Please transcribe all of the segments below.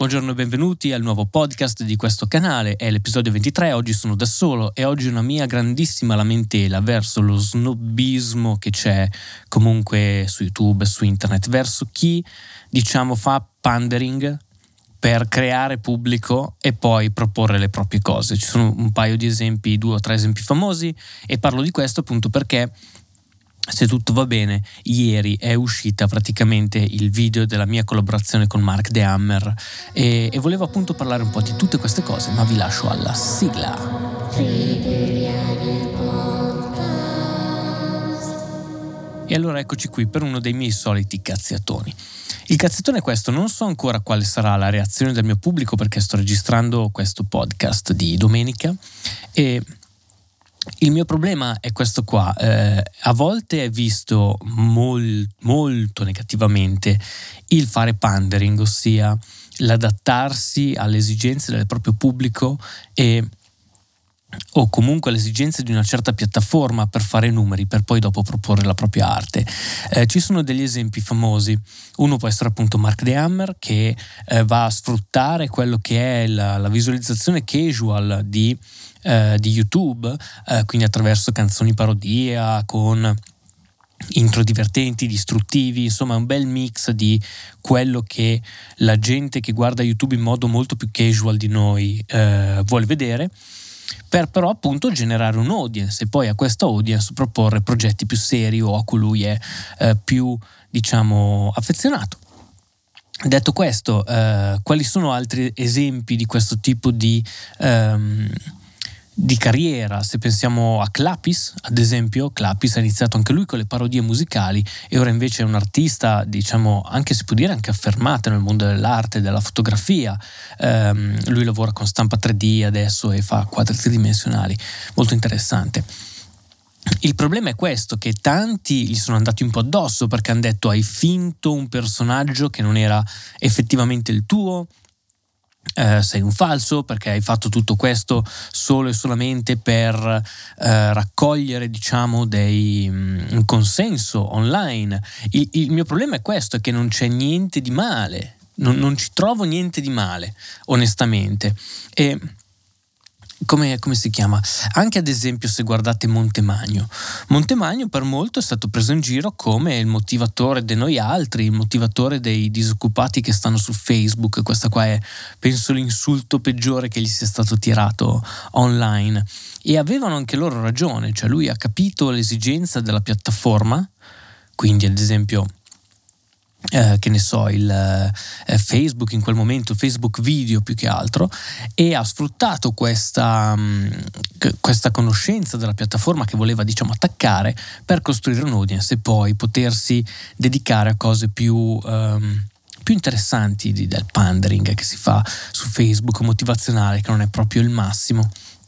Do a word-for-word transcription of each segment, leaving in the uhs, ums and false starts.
Buongiorno e benvenuti al nuovo podcast di questo canale, è l'episodio ventitré, oggi sono da solo e oggi una mia grandissima lamentela verso lo snobismo che c'è comunque su YouTube, su internet, verso chi diciamo fa pandering per creare pubblico e poi proporre le proprie cose. Ci sono un paio di esempi, due o tre esempi famosi e parlo di questo appunto perché se tutto va bene, ieri è uscita praticamente il video della mia collaborazione con Mark The Hammer e, e volevo appunto parlare un po' di tutte queste cose, ma vi lascio alla sigla. E allora eccoci qui per uno dei miei soliti cazziatoni. Il cazziatone è questo, non so ancora quale sarà la reazione del mio pubblico perché sto registrando questo podcast di domenica e il mio problema è questo qua, eh, a volte è visto mol, molto negativamente il fare pandering, ossia l'adattarsi alle esigenze del proprio pubblico e o comunque alle esigenze di una certa piattaforma per fare numeri, per poi dopo proporre la propria arte. Eh, ci sono degli esempi famosi, uno può essere appunto Mark The Hammer che eh, va a sfruttare quello che è la, la visualizzazione casual di Uh, di YouTube, uh, quindi attraverso canzoni parodia con intro divertenti, distruttivi, insomma un bel mix di quello che la gente che guarda YouTube in modo molto più casual di noi uh, vuole vedere, per però appunto generare un audience e poi a questa audience proporre progetti più seri o a cui lui è uh, più diciamo affezionato. Detto questo, uh, quali sono altri esempi di questo tipo di um, di carriera? Se pensiamo a Clapis, ad esempio, Clapis ha iniziato anche lui con le parodie musicali e ora invece è un artista, diciamo, anche si può dire anche affermato nel mondo dell'arte, della fotografia. Um, lui lavora con stampa tre D adesso e fa quadri tridimensionali, molto interessante. Il problema è questo, che tanti gli sono andati un po' addosso perché hanno detto hai finto un personaggio che non era effettivamente il tuo, Uh, sei un falso perché hai fatto tutto questo solo e solamente per uh, raccogliere diciamo dei, um, un consenso online. Il, il mio problema è questo, è che non c'è niente di male, non, non ci trovo niente di male onestamente. E Come, come si chiama? Anche ad esempio se guardate Montemagno Montemagno per molto è stato preso in giro come il motivatore di noi altri, il motivatore dei disoccupati che stanno su Facebook. Questa qua è penso l'insulto peggiore che gli sia stato tirato online e avevano anche loro ragione, cioè lui ha capito l'esigenza della piattaforma, quindi ad esempio Eh, che ne so, il eh, Facebook in quel momento, Facebook video più che altro, e ha sfruttato questa, mh, questa conoscenza della piattaforma che voleva diciamo attaccare per costruire un audience e poi potersi dedicare a cose più um, più interessanti di, del pandering che si fa su Facebook, motivazionale, che non è proprio il massimo.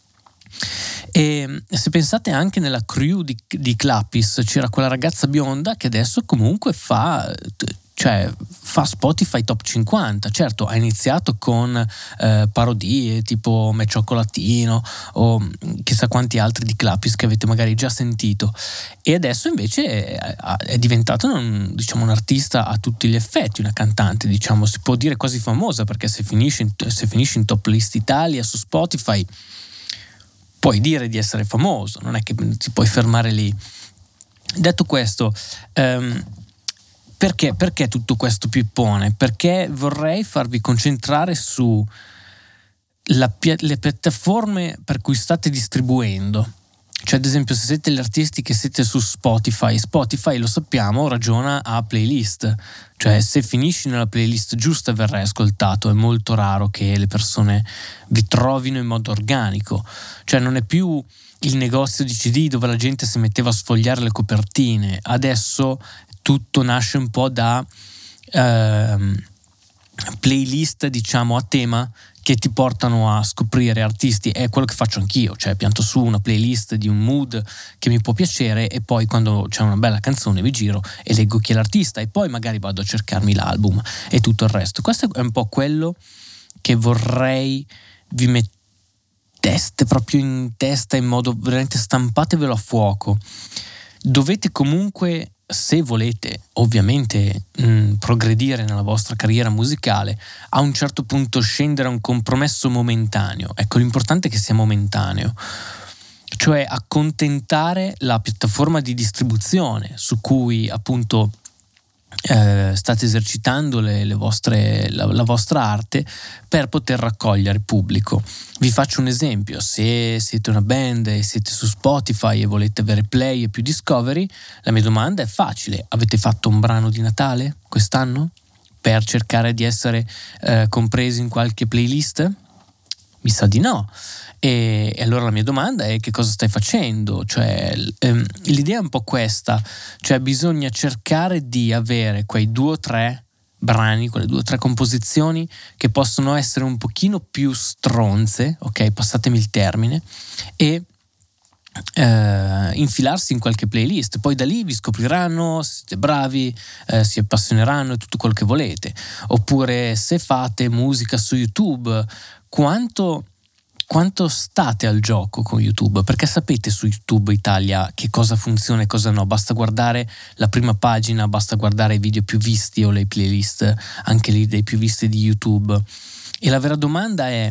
E se pensate anche nella crew di, di Clapis c'era quella ragazza bionda che adesso comunque fa cioè fa Spotify top cinquanta. Certo, ha iniziato con eh, parodie tipo Me Cioccolatino o chissà quanti altri di Clapis che avete magari già sentito, e adesso invece è, è diventata un, diciamo, un artista a tutti gli effetti, una cantante, diciamo, si può dire quasi famosa, perché se finisce in, se finisce in top list Italia su Spotify puoi dire di essere famoso, non è che ti puoi fermare lì. Detto questo, um, perché, perché tutto questo pippone? Perché vorrei farvi concentrare su la, le piattaforme per cui state distribuendo. Cioè ad esempio se siete gli artisti che siete su Spotify, Spotify lo sappiamo ragiona a playlist, cioè se finisci nella playlist giusta verrai ascoltato, è molto raro che le persone vi trovino in modo organico, cioè non è più il negozio di C D dove la gente si metteva a sfogliare le copertine, adesso tutto nasce un po' da ehm, playlist diciamo a tema che ti portano a scoprire artisti. È quello che faccio anch'io, cioè pianto su una playlist di un mood che mi può piacere e poi quando c'è una bella canzone vi giro e leggo chi è l'artista e poi magari vado a cercarmi l'album e tutto il resto. Questo è un po' quello che vorrei vi metteste proprio in testa, in modo veramente stampatevelo a fuoco. Dovete comunque se volete ovviamente mh, progredire nella vostra carriera musicale, a un certo punto scendere a un compromesso momentaneo. Ecco, l'importante è che sia momentaneo, cioè accontentare la piattaforma di distribuzione su cui appunto eh, state esercitando le, le vostre, la, la vostra arte per poter raccogliere pubblico. Vi faccio un esempio: se siete una band e siete su Spotify e volete avere play e più discovery, la mia domanda è facile: avete fatto un brano di Natale quest'anno per cercare di essere eh, compresi in qualche playlist? Mi sa di no. E, e allora la mia domanda è: che cosa stai facendo? Cioè, ehm, l'idea è un po' questa, cioè bisogna cercare di avere quei due o tre brani, quelle due o tre composizioni che possono essere un pochino più stronze, ok, passatemi il termine, e eh, infilarsi in qualche playlist. Poi da lì vi scopriranno, se siete bravi, eh, si appassioneranno e tutto quello che volete. Oppure, se fate musica su YouTube, quanto quanto state al gioco con YouTube? Perché sapete su YouTube Italia che cosa funziona e cosa no. Basta guardare la prima pagina, basta guardare i video più visti o le playlist anche lì dei più visti di YouTube. E la vera domanda è: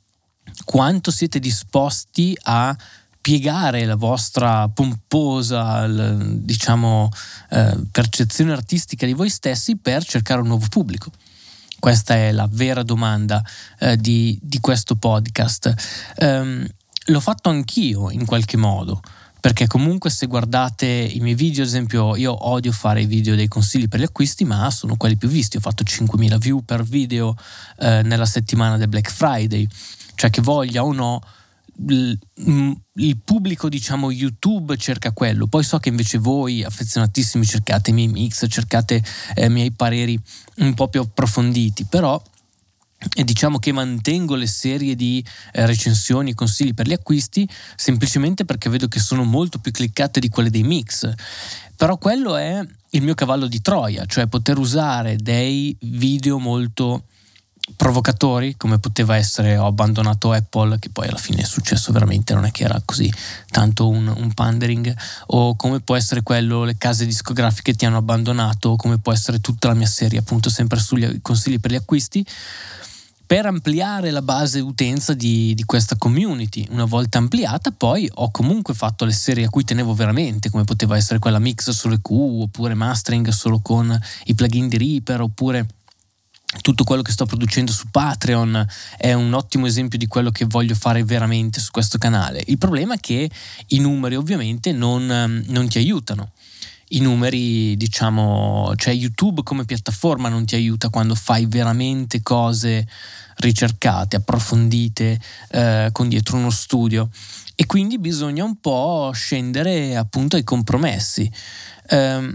quanto siete disposti a piegare la vostra pomposa, diciamo, eh, percezione artistica di voi stessi per cercare un nuovo pubblico? Questa è la vera domanda eh, di, di questo podcast. Um, l'ho fatto anch'io in qualche modo, perché comunque se guardate i miei video, ad esempio, io odio fare i video dei consigli per gli acquisti, ma sono quelli più visti. Ho fatto cinquemila view per video eh, nella settimana del Black Friday, cioè che voglia o no, il, il pubblico, diciamo, YouTube cerca quello. Poi so che invece voi affezionatissimi cercate i miei mix, cercate eh, i miei pareri un po' più approfonditi, però e diciamo che mantengo le serie di eh, recensioni, consigli per gli acquisti, semplicemente perché vedo che sono molto più cliccate di quelle dei mix. Però quello è il mio cavallo di Troia, cioè poter usare dei video molto provocatori, come poteva essere Ho abbandonato Apple, che poi alla fine è successo veramente, non è che era così tanto un, un pandering, o come può essere quello Le case discografiche ti hanno abbandonato, o come può essere tutta la mia serie appunto sempre sugli consigli per gli acquisti, per ampliare la base utenza di, di questa community. Una volta ampliata, poi ho comunque fatto le serie a cui tenevo veramente, come poteva essere quella mix solo E Q, oppure mastering solo con i plugin di Reaper, oppure tutto quello che sto producendo su Patreon è un ottimo esempio di quello che voglio fare veramente su questo canale. Il problema è che i numeri ovviamente non, non ti aiutano. I numeri, diciamo, cioè YouTube come piattaforma non ti aiuta quando fai veramente cose ricercate, approfondite, eh, con dietro uno studio, e quindi bisogna un po' scendere appunto ai compromessi. Um,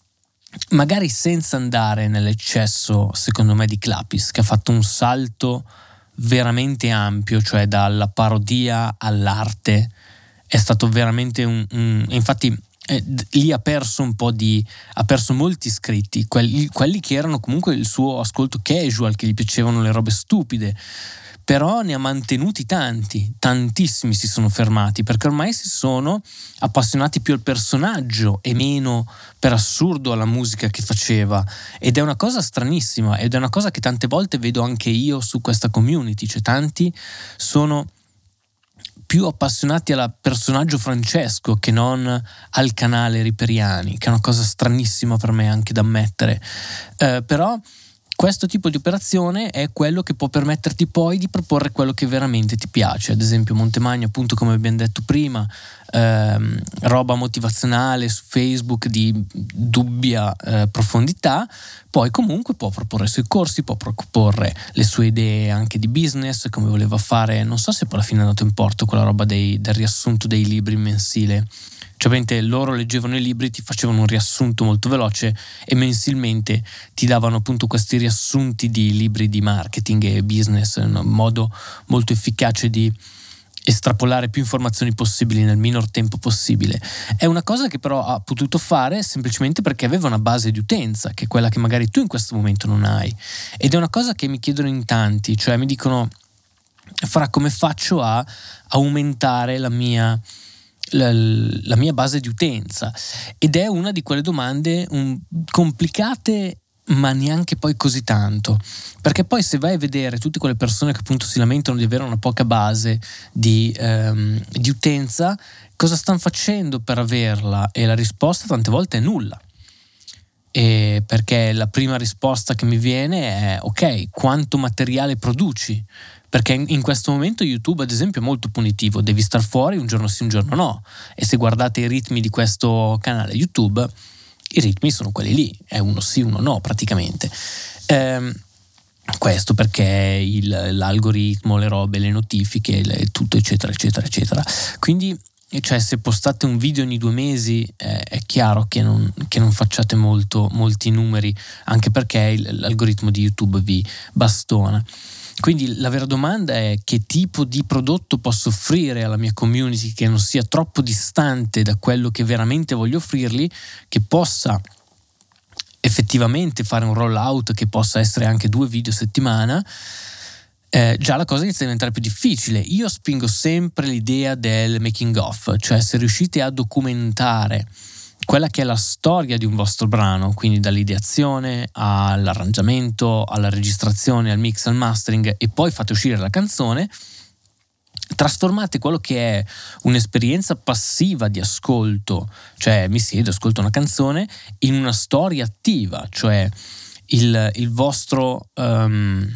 magari senza andare nell'eccesso, secondo me, di Clapis, che ha fatto un salto veramente ampio, cioè dalla parodia all'arte. È stato veramente un, un infatti eh, lì ha perso un po' di ha perso molti iscritti, quelli, quelli che erano comunque il suo ascolto casual, che gli piacevano le robe stupide. Però ne ha mantenuti tanti, tantissimi si sono fermati, perché ormai si sono appassionati più al personaggio e meno, per assurdo, alla musica che faceva. Ed è una cosa stranissima, ed è una cosa che tante volte vedo anche io su questa community, cioè tanti sono più appassionati al personaggio Francesco che non al canale Riperiani, che è una cosa stranissima per me anche da ammettere. Eh, però questo tipo di operazione è quello che può permetterti poi di proporre quello che veramente ti piace. Ad esempio Montemagno, appunto, come abbiamo detto prima, ehm, roba motivazionale su Facebook di dubbia eh, profondità. Poi comunque può proporre i suoi corsi, può proporre le sue idee anche di business, come voleva fare, non so se poi alla fine è andato in porto quella roba dei, del riassunto dei libri mensile. Cioè, ovviamente loro leggevano i libri, ti facevano un riassunto molto veloce e mensilmente ti davano appunto questi riassunti di libri di marketing e business, in un modo molto efficace di estrapolare più informazioni possibili nel minor tempo possibile. È una cosa che però ha potuto fare semplicemente perché aveva una base di utenza, che è quella che magari tu in questo momento non hai. Ed è una cosa che mi chiedono in tanti, cioè mi dicono: Fra, come faccio a aumentare la mia la, la mia base di utenza, ed è una di quelle domande un, complicate, ma neanche poi così tanto, perché poi se vai a vedere tutte quelle persone che appunto si lamentano di avere una poca base di, ehm, di utenza, cosa stanno facendo per averla? E la risposta tante volte è nulla. E perché la prima risposta che mi viene è: ok, quanto materiale produci? Perché in questo momento YouTube ad esempio è molto punitivo, devi star fuori un giorno sì un giorno no, e se guardate i ritmi di questo canale YouTube, i ritmi sono quelli lì, è uno sì uno no praticamente. Ehm, questo perché il, l'algoritmo, le robe, le notifiche, le, tutto eccetera eccetera eccetera. Quindi cioè se postate un video ogni due mesi eh, è chiaro che non, che non facciate molto, molti numeri, anche perché il, l'algoritmo di YouTube vi bastona. Quindi la vera domanda è: che tipo di prodotto posso offrire alla mia community che non sia troppo distante da quello che veramente voglio offrirgli, che possa effettivamente fare un rollout, che possa essere anche due video a settimana. Eh, già la cosa inizia a diventare più difficile. Io spingo sempre l'idea del making of, cioè se riuscite a documentare quella che è la storia di un vostro brano, quindi dall'ideazione all'arrangiamento, alla registrazione, al mix, al mastering, e poi fate uscire la canzone, trasformate quello che è un'esperienza passiva di ascolto, cioè mi siedo, ascolto una canzone, in una storia attiva, cioè il, il vostro... Um,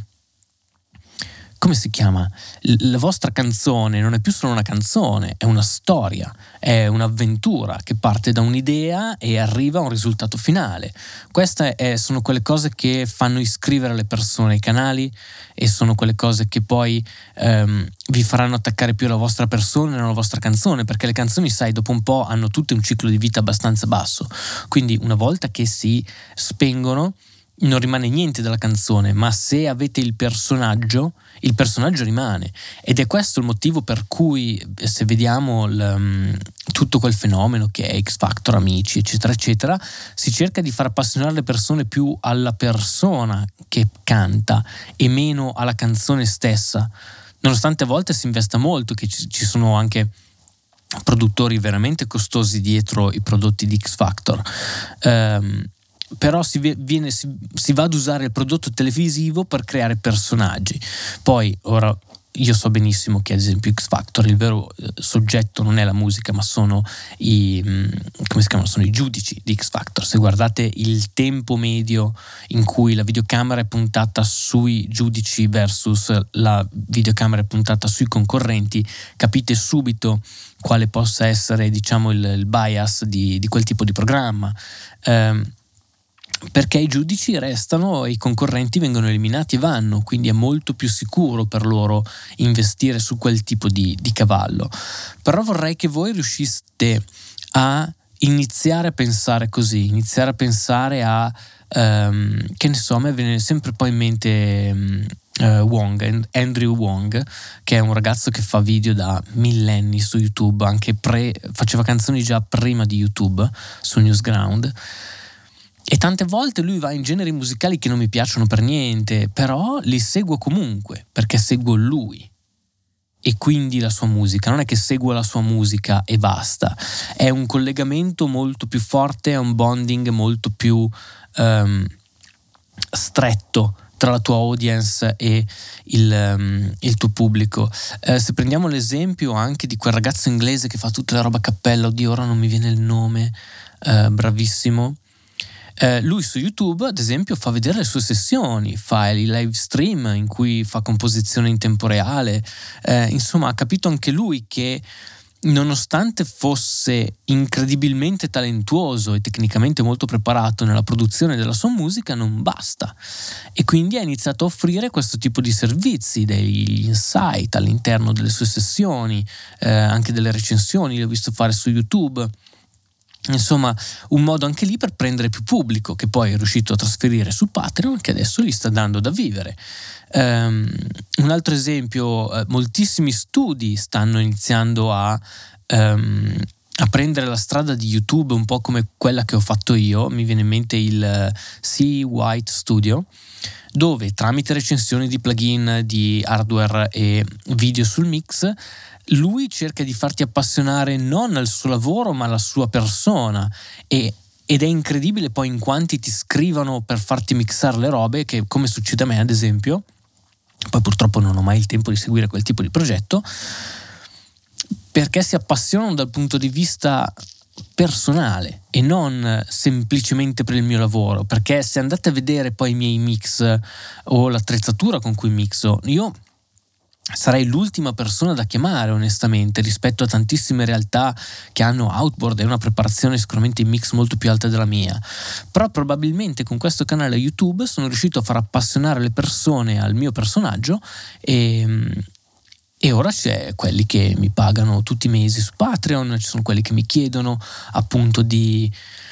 come si chiama? La vostra canzone non è più solo una canzone, è una storia, è un'avventura che parte da un'idea e arriva a un risultato finale. Queste è, sono quelle cose che fanno iscrivere le persone ai canali, e sono quelle cose che poi ehm, vi faranno attaccare più alla vostra persona e alla vostra canzone, perché le canzoni, sai, dopo un po' hanno tutte un ciclo di vita abbastanza basso, quindi una volta che si spengono non rimane niente della canzone, ma se avete il personaggio, il personaggio rimane. Ed è questo il motivo per cui, se vediamo il, tutto quel fenomeno che è X Factor, Amici, eccetera eccetera, si cerca di far appassionare le persone più alla persona che canta e meno alla canzone stessa, nonostante a volte si investa molto, che ci, ci sono anche produttori veramente costosi dietro i prodotti di X Factor. Um, però si, viene, si, si va ad usare il prodotto televisivo per creare personaggi. Poi ora io so benissimo che ad esempio X Factor il vero soggetto non è la musica, ma sono i come si chiamano? Sono i giudici di X Factor. Se guardate il tempo medio in cui la videocamera è puntata sui giudici versus la videocamera è puntata sui concorrenti, capite subito quale possa essere, diciamo, il, il bias di, di quel tipo di programma. Um, perché i giudici restano e i concorrenti vengono eliminati e vanno, quindi è molto più sicuro per loro investire su quel tipo di, di cavallo. Però vorrei che voi riusciste a iniziare a pensare così, iniziare a pensare a um, che ne so, a me viene sempre poi in mente um, uh, Wong, Andrew Wong, che è un ragazzo che fa video da millenni su YouTube, anche pre, faceva canzoni già prima di YouTube su Newsground. E tante volte lui va in generi musicali che non mi piacciono per niente, però li seguo comunque, perché seguo lui e quindi la sua musica. Non è che seguo la sua musica e basta, è un collegamento molto più forte, è un bonding molto più um, stretto tra la tua audience e il, um, il tuo pubblico. Eh, se prendiamo l'esempio anche di quel ragazzo inglese che fa tutta la roba a cappella, oddio ora non mi viene il nome, eh, bravissimo. Eh, lui su YouTube ad esempio fa vedere le sue sessioni, fa i live stream in cui fa composizione in tempo reale, eh, insomma ha capito anche lui che nonostante fosse incredibilmente talentuoso e tecnicamente molto preparato nella produzione della sua musica, non basta, e quindi ha iniziato a offrire questo tipo di servizi, degli insight all'interno delle sue sessioni, eh, anche delle recensioni, l'ho visto fare su YouTube. Insomma, un modo anche lì per prendere più pubblico, che poi è riuscito a trasferire su Patreon, che adesso gli sta dando da vivere. Um, un altro esempio, eh, moltissimi studi stanno iniziando a um, a prendere la strada di YouTube un po' come quella che ho fatto io. Mi viene in mente il C. White Studio, dove tramite recensioni di plugin, di hardware e video sul mix, lui cerca di farti appassionare non al suo lavoro ma alla sua persona, e ed è incredibile poi in quanti ti scrivono per farti mixare le robe, che come succede a me ad esempio. Poi purtroppo non ho mai il tempo di seguire quel tipo di progetto, perché si appassionano dal punto di vista personale e non semplicemente per il mio lavoro. Perché se andate a vedere poi i miei mix o l'attrezzatura con cui mixo, io sarei l'ultima persona da chiamare onestamente rispetto a tantissime realtà che hanno outboard e una preparazione sicuramente in mix molto più alta della mia. Però probabilmente con questo canale YouTube sono riuscito a far appassionare le persone al mio personaggio, e E ora c'è quelli che mi pagano tutti i mesi su Patreon, ci sono quelli che mi chiedono appunto di,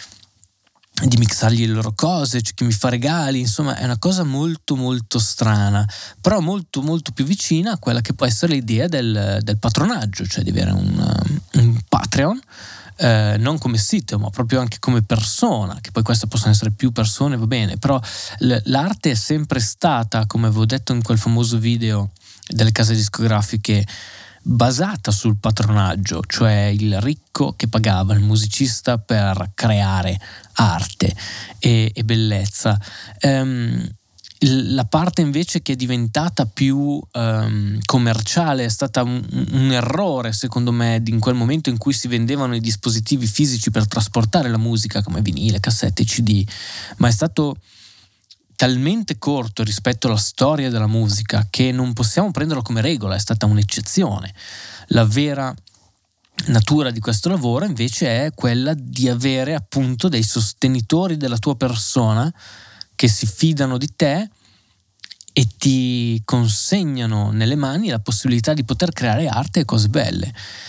di mixargli le loro cose, c'è chi mi fa regali. Insomma, è una cosa molto molto strana, però molto molto più vicina a quella che può essere l'idea del, del patronaggio, cioè di avere un, un Patreon, eh, non come sito ma proprio anche come persona, che poi queste possono essere più persone, va bene, però l- l'arte è sempre stata, come avevo detto in quel famoso video delle case discografiche, basata sul patronaggio, cioè il ricco che pagava il musicista per creare arte e, e bellezza. Um, la parte invece che è diventata più um, commerciale è stata un, un errore secondo me in quel momento in cui si vendevano i dispositivi fisici per trasportare la musica come vinile, cassette, C D, ma è stato talmente corto rispetto alla storia della musica che non possiamo prenderlo come regola, è stata un'eccezione. La vera natura di questo lavoro invece è quella di avere appunto dei sostenitori della tua persona che si fidano di te e ti consegnano nelle mani la possibilità di poter creare arte e cose belle.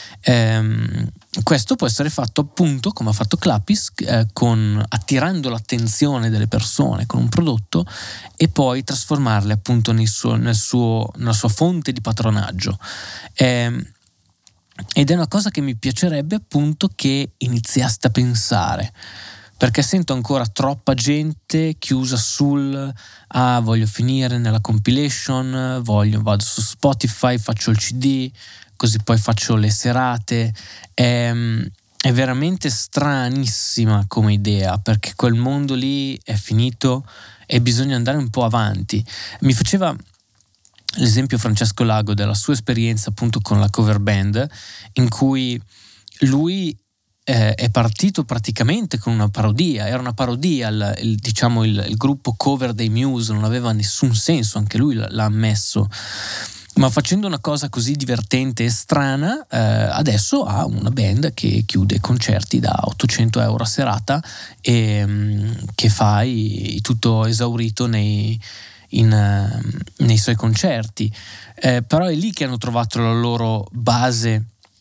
Ehm, questo può essere fatto appunto come ha fatto Clapis, eh, con, attirando l'attenzione delle persone con un prodotto e poi trasformarle appunto nel suo, nel suo, nella sua fonte di patronaggio. Ehm, ed è una cosa che mi piacerebbe appunto che iniziaste a pensare, perché sento ancora troppa gente chiusa sul ah voglio finire nella compilation, voglio, vado su Spotify, faccio il C D, così poi faccio le serate. È, è veramente stranissima come idea, perché quel mondo lì è finito e bisogna andare un po' avanti. Mi faceva l'esempio Francesco Lago della sua esperienza appunto con la cover band, in cui lui eh, è partito praticamente con una parodia, era una parodia, il, il, diciamo il, il gruppo cover dei Muse non aveva nessun senso, anche lui l'ha ammesso, ma facendo una cosa così divertente e strana, eh, adesso ha una band che chiude concerti da ottocento euro a serata e mh, che fa i, tutto esaurito nei, in, uh, nei suoi concerti. Eh, però è lì che hanno trovato la loro base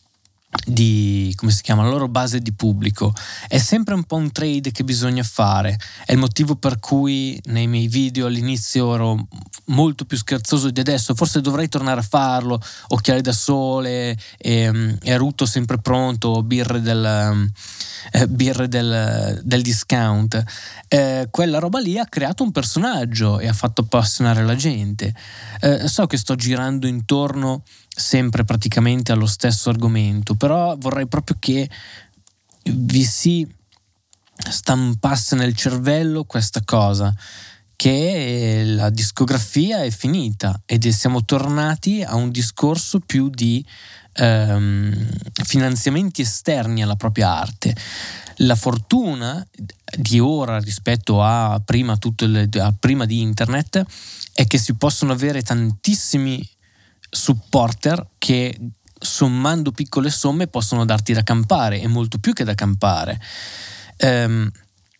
di, come si chiama, la loro base di pubblico. È sempre un po' un trade che bisogna fare, è il motivo per cui nei miei video all'inizio ero molto più scherzoso di adesso, forse dovrei tornare a farlo, occhiali da sole e, e Ruto sempre pronto, birre del eh, birre del, del discount. Eh, quella roba lì ha creato un personaggio e ha fatto appassionare la gente. Eh, so che sto girando intorno sempre praticamente allo stesso argomento, però vorrei proprio che vi si stampasse nel cervello questa cosa, che la discografia è finita ed siamo tornati a un discorso più di ehm, finanziamenti esterni alla propria arte. La fortuna di ora rispetto a prima, tutto le, a prima di internet è che si possono avere tantissimi supporter che sommando piccole somme possono darti da campare, e molto più che da campare. Um,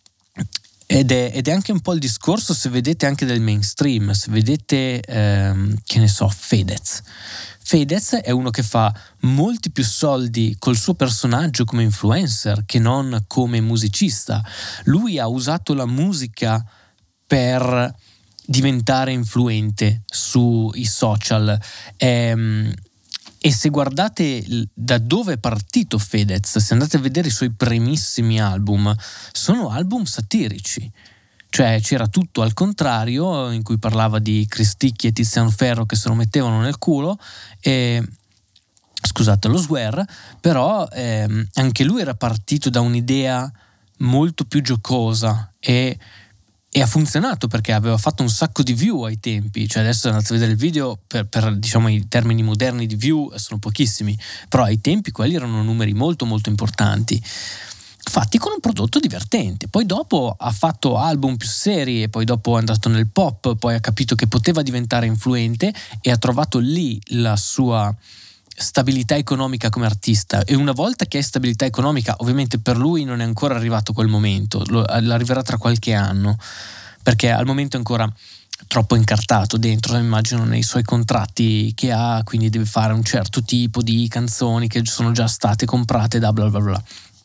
ed, è, ed è anche un po' il discorso, se vedete anche del mainstream, se vedete um, che ne so, Fedez Fedez è uno che fa molti più soldi col suo personaggio come influencer che non come musicista. Lui ha usato la musica per diventare influente sui social. È, E se guardate da dove è partito Fedez, se andate a vedere i suoi primissimi album, sono album satirici. Cioè c'era Tutto al contrario, in cui parlava di Cristicchi e Tiziano Ferro che se lo mettevano nel culo, e scusate lo swear, però ehm, anche lui era partito da un'idea molto più giocosa e, e ha funzionato perché aveva fatto un sacco di view ai tempi. Cioè adesso andate a vedere il video, per, per diciamo i termini moderni di view sono pochissimi, però ai tempi quelli erano numeri molto molto importanti, fatti con un prodotto divertente. Poi dopo ha fatto album più seri e poi dopo è andato nel pop, poi ha capito che poteva diventare influente e ha trovato lì la sua stabilità economica come artista. E una volta che hai stabilità economica, ovviamente per lui non è ancora arrivato quel momento, lo, arriverà tra qualche anno, perché al momento è ancora troppo incartato dentro, immagino, nei suoi contratti che ha, quindi deve fare un certo tipo di canzoni che sono già state comprate da bla bla bla.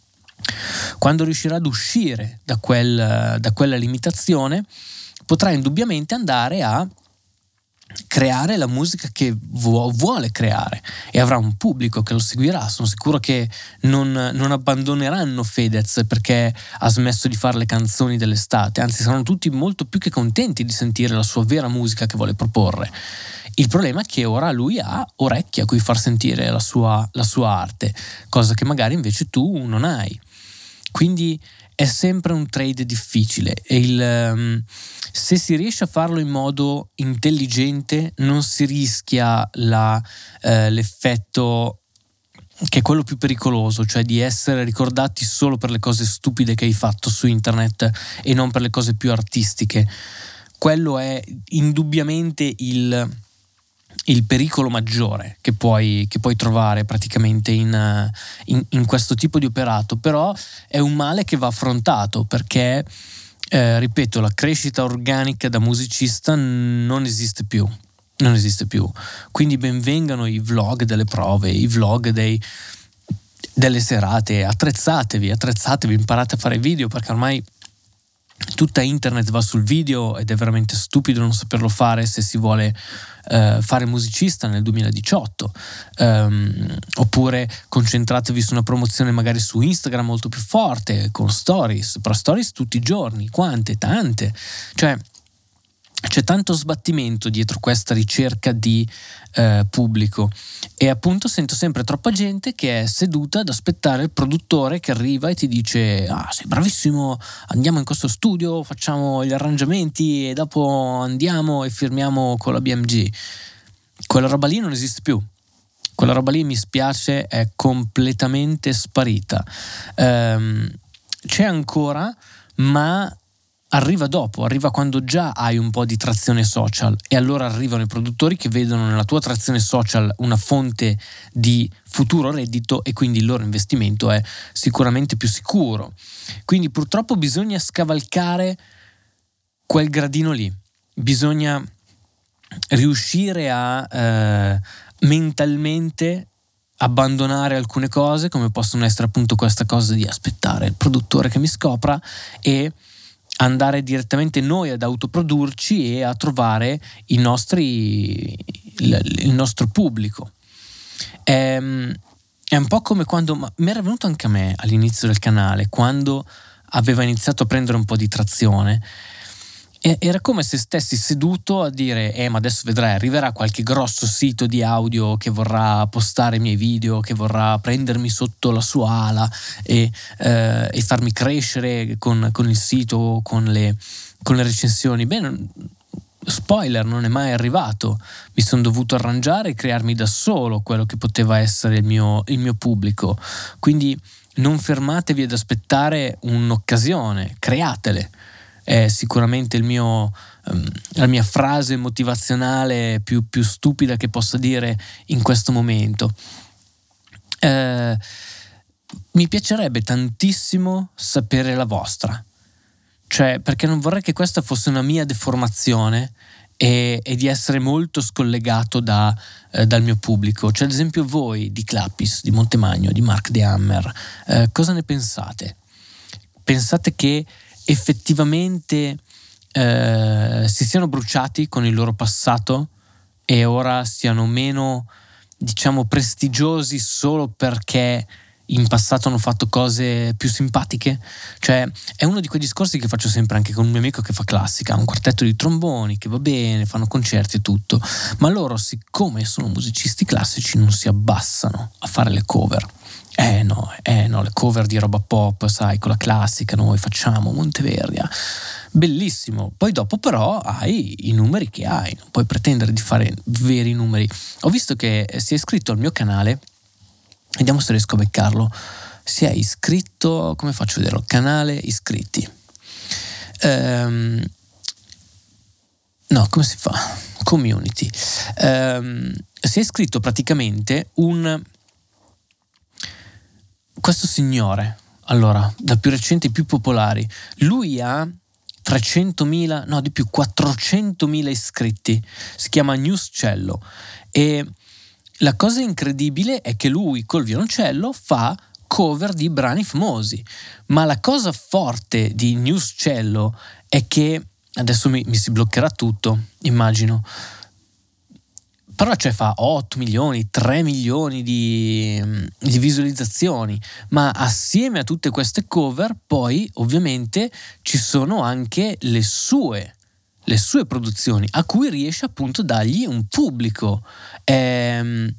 Quando riuscirà ad uscire da, quel, da quella limitazione, potrà indubbiamente andare a creare la musica che vuole creare e avrà un pubblico che lo seguirà. Sono sicuro che non, non abbandoneranno Fedez perché ha smesso di fare le canzoni dell'estate, anzi saranno tutti molto più che contenti di sentire la sua vera musica che vuole proporre. Il problema è che ora lui ha orecchie a cui far sentire la sua, la sua arte, cosa che magari invece tu non hai. Quindi è sempre un trade difficile e il, um, se si riesce a farlo in modo intelligente non si rischia la, uh, l'effetto che è quello più pericoloso, cioè di essere ricordati solo per le cose stupide che hai fatto su internet e non per le cose più artistiche. Quello è indubbiamente il il pericolo maggiore che puoi, che puoi trovare praticamente in, in, in questo tipo di operato. Però è un male che va affrontato perché, eh, ripeto, la crescita organica da musicista non esiste più, non esiste più. Quindi ben vengano i vlog delle prove, i vlog dei, delle serate, attrezzatevi, attrezzatevi, imparate a fare video, perché ormai tutta internet va sul video ed è veramente stupido non saperlo fare se si vuole uh, fare musicista nel duemiladiciotto. Um, oppure concentratevi su una promozione magari su Instagram molto più forte, con stories, però stories tutti i giorni, quante, tante, cioè c'è tanto sbattimento dietro questa ricerca di eh, pubblico e appunto sento sempre troppa gente che è seduta ad aspettare il produttore che arriva e ti dice: ah, sei bravissimo, andiamo in questo studio, facciamo gli arrangiamenti e dopo andiamo e firmiamo con la B M G. Quella roba lì non esiste più, quella roba lì, mi spiace, è completamente sparita. Ehm, c'è ancora, ma arriva dopo, arriva quando già hai un po' di trazione social, e allora arrivano i produttori che vedono nella tua trazione social una fonte di futuro reddito e quindi il loro investimento è sicuramente più sicuro. Quindi purtroppo bisogna scavalcare quel gradino lì, bisogna riuscire a eh, mentalmente abbandonare alcune cose, come possono essere appunto questa cosa di aspettare il produttore che mi scopra, e andare direttamente noi ad autoprodurci e a trovare i nostri, il, il nostro pubblico. È, è un po' come quando, ma mi era venuto anche a me all'inizio del canale, quando aveva iniziato a prendere un po' di trazione, e era come se stessi seduto a dire eh ma adesso vedrai, arriverà qualche grosso sito di audio che vorrà postare i miei video, che vorrà prendermi sotto la sua ala e, eh, e farmi crescere con, con il sito, con le, con le recensioni. Beh, spoiler, non è mai arrivato. Mi sono dovuto arrangiare e crearmi da solo quello che poteva essere il mio, il mio pubblico. Quindi non fermatevi ad aspettare un'occasione, createle. È sicuramente il mio, um, la mia frase motivazionale più, più stupida che possa dire in questo momento. Eh, mi piacerebbe tantissimo sapere la vostra, cioè, perché non vorrei che questa fosse una mia deformazione e, e di essere molto scollegato da, eh, dal mio pubblico. Cioè, ad esempio, voi di Clappis, di Montemagno, di Mark De Hammer, eh, cosa ne pensate? Pensate che effettivamente eh, si siano bruciati con il loro passato e ora siano meno diciamo prestigiosi solo perché in passato hanno fatto cose più simpatiche? Cioè, è uno di quei discorsi che faccio sempre anche con un mio amico che fa classica, un quartetto di tromboni che va bene, fanno concerti e tutto, ma loro, siccome sono musicisti classici, non si abbassano a fare le cover. Eh no, eh no, le cover di roba pop, sai, con la classica noi facciamo Monteverdi, bellissimo. Poi dopo però hai i numeri che hai, non puoi pretendere di fare veri numeri. Ho visto che si è iscritto al mio canale, vediamo se riesco a beccarlo. Si è iscritto, come faccio a vederlo? Canale iscritti. Ehm, no, come si fa? Community. Ehm, si è iscritto praticamente un questo signore, allora, da più recenti, più popolari. Lui ha trecentomila, no di più, quattrocentomila iscritti. Si chiama Newscello e la cosa incredibile è che lui col violoncello fa cover di brani famosi, ma la cosa forte di Newscello è che adesso mi, mi si bloccherà tutto, immagino, però cioè fa otto milioni, tre milioni di, di visualizzazioni, ma assieme a tutte queste cover poi ovviamente ci sono anche le sue le sue produzioni a cui riesce appunto a dargli un pubblico. Ehm,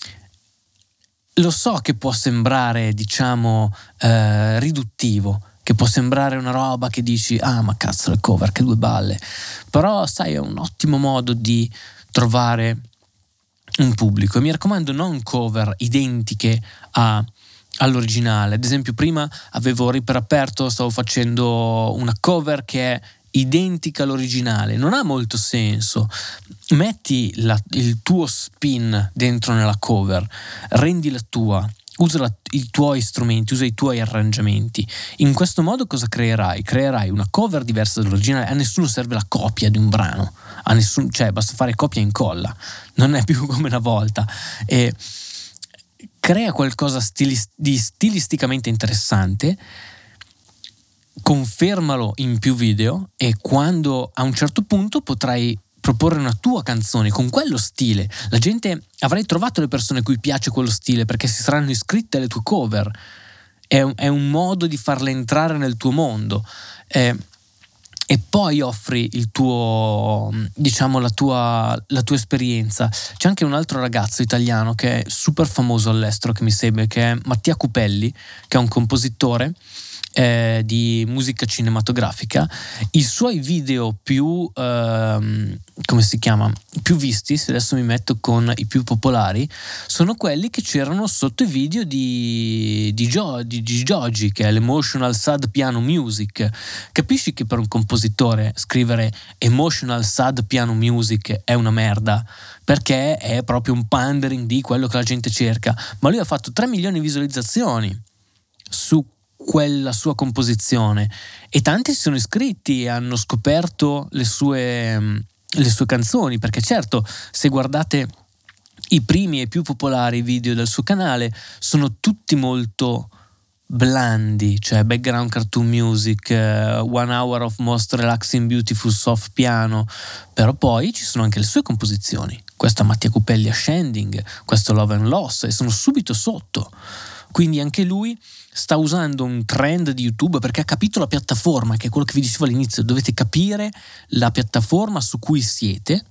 lo so che può sembrare diciamo eh, riduttivo, che può sembrare una roba che dici ah ma cazzo le cover che due balle, però sai è un ottimo modo di trovare un pubblico. E mi raccomando, non cover identiche a, all'originale. Ad esempio prima avevo Reaper aperto, stavo facendo una cover che è identica all'originale, non ha molto senso. Metti la, il tuo spin dentro nella cover, rendi la tua, usa la, i tuoi strumenti, usa i tuoi arrangiamenti. In questo modo cosa creerai? Creerai una cover diversa dall'originale. A nessuno serve la copia di un brano, a nessuno, cioè basta fare copia e incolla, non è più come una volta. E crea qualcosa stilist- di stilisticamente interessante, confermalo in più video e quando a un certo punto potrai proporre una tua canzone con quello stile, la gente, avrai trovato le persone a cui piace quello stile perché si saranno iscritte alle tue cover. È un, è un modo di farle entrare nel tuo mondo. Eh, e poi offri il tuo, diciamo, la tua, la tua esperienza. C'è anche un altro ragazzo italiano che è super famoso all'estero, che mi segue, che è Mattia Cupelli, che è un compositore eh, di musica cinematografica. I suoi video più, ehm, come si chiama? più visti, se adesso mi metto con i più popolari, sono quelli che c'erano sotto i video di, di, Gio, di, di Joji, che è l'Emotional Sad Piano Music. Capisci che per un compositore scrivere Emotional Sad Piano Music è una merda, perché è proprio un pandering di quello che la gente cerca, ma lui ha fatto tre milioni di visualizzazioni su quella sua composizione e tanti si sono iscritti e hanno scoperto le sue le sue canzoni, perché certo, se guardate i primi e più popolari video del suo canale sono tutti molto blandi, cioè background cartoon music, uh, one hour of most relaxing beautiful soft piano, però poi ci sono anche le sue composizioni, questa Mattia Cupelli Ascending, questo Love and Loss, e sono subito sotto. Quindi anche lui sta usando un trend di YouTube perché ha capito la piattaforma, che è quello che vi dicevo all'inizio. Dovete capire la piattaforma su cui siete,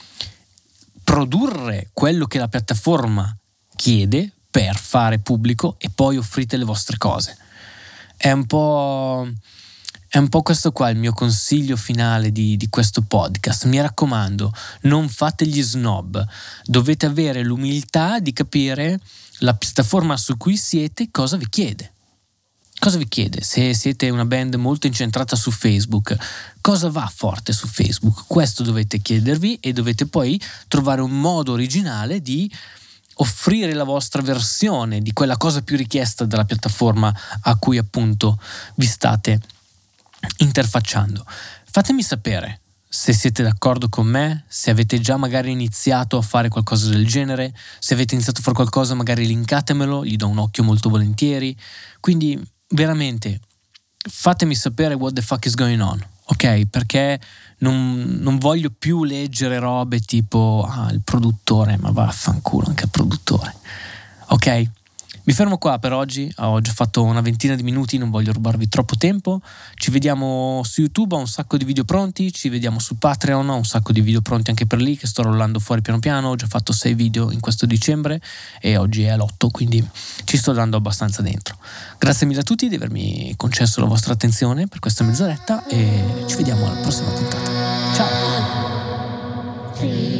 produrre quello che la piattaforma chiede per fare pubblico e poi offrite le vostre cose. È un po', è un po' questo qua il mio consiglio finale di, di questo podcast. Mi raccomando, non fate gli snob, dovete avere l'umiltà di capire la piattaforma su cui siete cosa vi chiede. Cosa vi chiede? Se siete una band molto incentrata su Facebook, cosa va forte su Facebook? Questo dovete chiedervi e dovete poi trovare un modo originale di offrire la vostra versione di quella cosa più richiesta dalla piattaforma a cui appunto vi state interfacciando. Fatemi sapere se siete d'accordo con me, se avete già magari iniziato a fare qualcosa del genere, se avete iniziato a fare qualcosa magari linkatemelo, gli do un occhio molto volentieri. Quindi veramente fatemi sapere what the fuck is going on, ok? Perché non, non voglio più leggere robe tipo ah, il produttore, ma vaffanculo anche il produttore, ok? Mi fermo qua per oggi, ho già fatto una ventina di minuti, non voglio rubarvi troppo tempo. Ci vediamo su YouTube, ho un sacco di video pronti, ci vediamo su Patreon, ho un sacco di video pronti anche per lì che sto rollando fuori piano piano. Ho già fatto sei video in questo dicembre e oggi è l'otto, quindi ci sto dando abbastanza dentro. Grazie mille a tutti di avermi concesso la vostra attenzione per questa mezz'oretta e ci vediamo alla prossima puntata. Ciao!